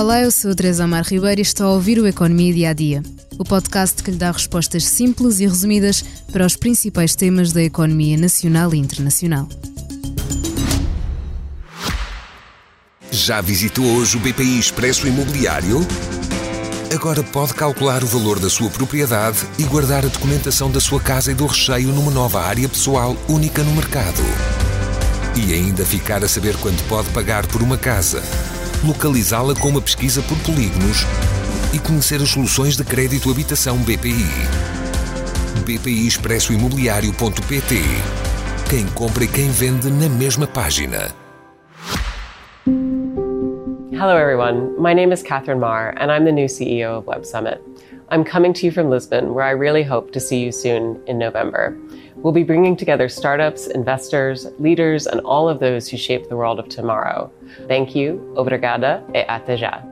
Olá, eu sou a Teresa Amar Ribeiro e estou a ouvir o Economia Dia a Dia, o podcast que lhe dá respostas simples e resumidas para os principais temas da economia nacional e internacional. Já visitou hoje o BPI Expresso Imobiliário? Agora pode calcular o valor da sua propriedade e guardar a documentação da sua casa e do recheio numa nova área pessoal única no mercado. E ainda ficar a saber quanto pode pagar por uma casa, localizá-la com uma pesquisa por polígonos e conhecer as soluções de crédito habitação BPI. bpiexpressoimobiliario.pt. Quem compra e quem vende na mesma página. Hello everyone, my name is Catherine Marr and I'm the new CEO of Web Summit. I'm coming to you from Lisbon, where I really hope to see you soon in November. We'll be bringing together startups, investors, leaders, and all of those who shape the world of tomorrow. Thank you, obrigada e até já.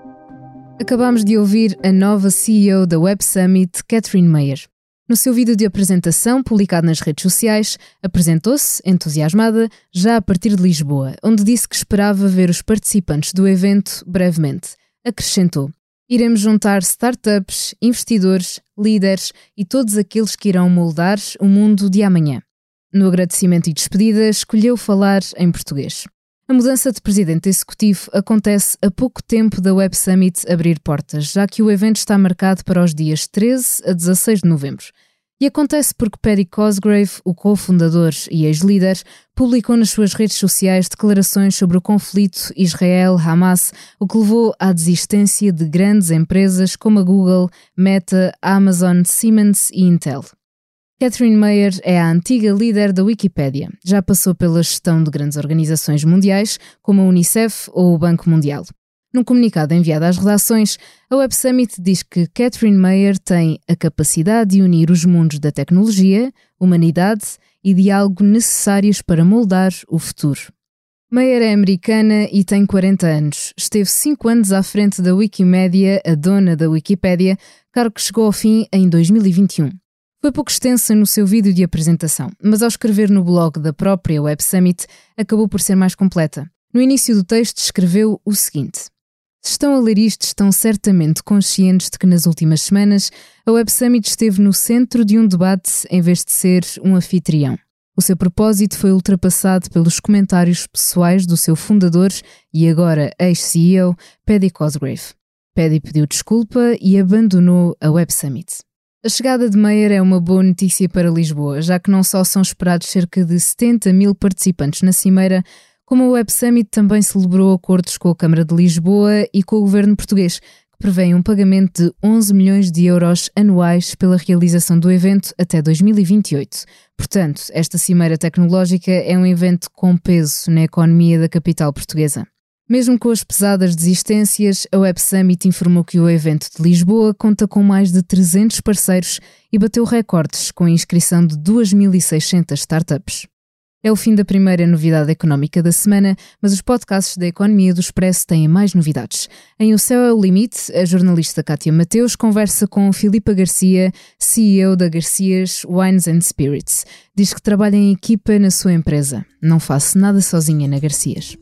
Acabamos de ouvir a nova CEO da Web Summit, Catherine Mayer. No seu vídeo de apresentação, publicado nas redes sociais, apresentou-se, entusiasmada, já a partir de Lisboa, onde disse que esperava ver os participantes do evento brevemente. Acrescentou: iremos juntar startups, investidores, líderes e todos aqueles que irão moldar o mundo de amanhã. No agradecimento e despedida, escolheu falar em português. A mudança de presidente executivo acontece a pouco tempo da Web Summit abrir portas, já que o evento está marcado para os dias 13 a 16 de novembro. E acontece porque Paddy Cosgrave, o cofundador e ex-líder, publicou nas suas redes sociais declarações sobre o conflito Israel-Hamas, o que levou à desistência de grandes empresas como a Google, Meta, Amazon, Siemens e Intel. Catherine Mayer é a antiga líder da Wikipédia. Já passou pela gestão de grandes organizações mundiais, como a Unicef ou o Banco Mundial. Num comunicado enviado às redações, a Web Summit diz que Catherine Mayer tem a capacidade de unir os mundos da tecnologia, humanidade e diálogo necessários para moldar o futuro. Mayer é americana e tem 40 anos. Esteve 5 anos à frente da Wikimedia, a dona da Wikipédia, cargo que chegou ao fim em 2021. Foi pouco extensa no seu vídeo de apresentação, mas ao escrever no blog da própria Web Summit, acabou por ser mais completa. No início do texto escreveu o seguinte: se estão a ler isto, estão certamente conscientes de que nas últimas semanas a Web Summit esteve no centro de um debate em vez de ser um anfitrião. O seu propósito foi ultrapassado pelos comentários pessoais do seu fundador e agora ex-CEO, Paddy Cosgrave. Paddy pediu desculpa e abandonou a Web Summit. A chegada de Mayer é uma boa notícia para Lisboa, já que não só são esperados cerca de 70 mil participantes na cimeira, como a Web Summit também celebrou acordos com a Câmara de Lisboa e com o governo português, que prevêem um pagamento de 11 milhões de euros anuais pela realização do evento até 2028. Portanto, esta cimeira tecnológica é um evento com peso na economia da capital portuguesa. Mesmo com as pesadas desistências, a Web Summit informou que o evento de Lisboa conta com mais de 300 parceiros e bateu recordes com a inscrição de 2.600 startups. É o fim da primeira novidade económica da semana, mas os podcasts da Economia do Expresso têm mais novidades. Em O Céu é o Limite, a jornalista Cátia Mateus conversa com Filipa Garcia, CEO da Garcias Wines and Spirits. Diz que trabalha em equipa na sua empresa. Não faço nada sozinha na Garcias.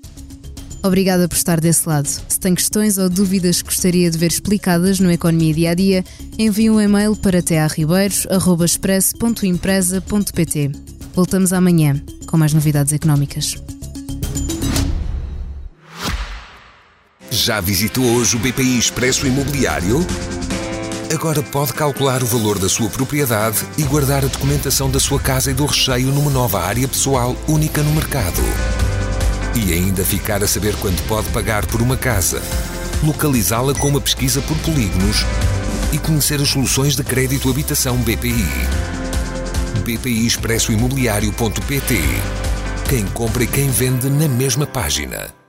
Obrigada por estar desse lado. Se tem questões ou dúvidas que gostaria de ver explicadas no Economia Dia a Dia, envie um e-mail para tearribeiros@expresso.empresa.pt. Voltamos amanhã com mais novidades económicas. Já visitou hoje o BPI Expresso Imobiliário? Agora pode calcular o valor da sua propriedade e guardar a documentação da sua casa e do recheio numa nova área pessoal única no mercado. E ainda ficar a saber quanto pode pagar por uma casa, localizá-la com uma pesquisa por polígonos e conhecer as soluções de crédito habitação BPI. bpiexpressoimobiliario.pt. Quem compra e quem vende na mesma página.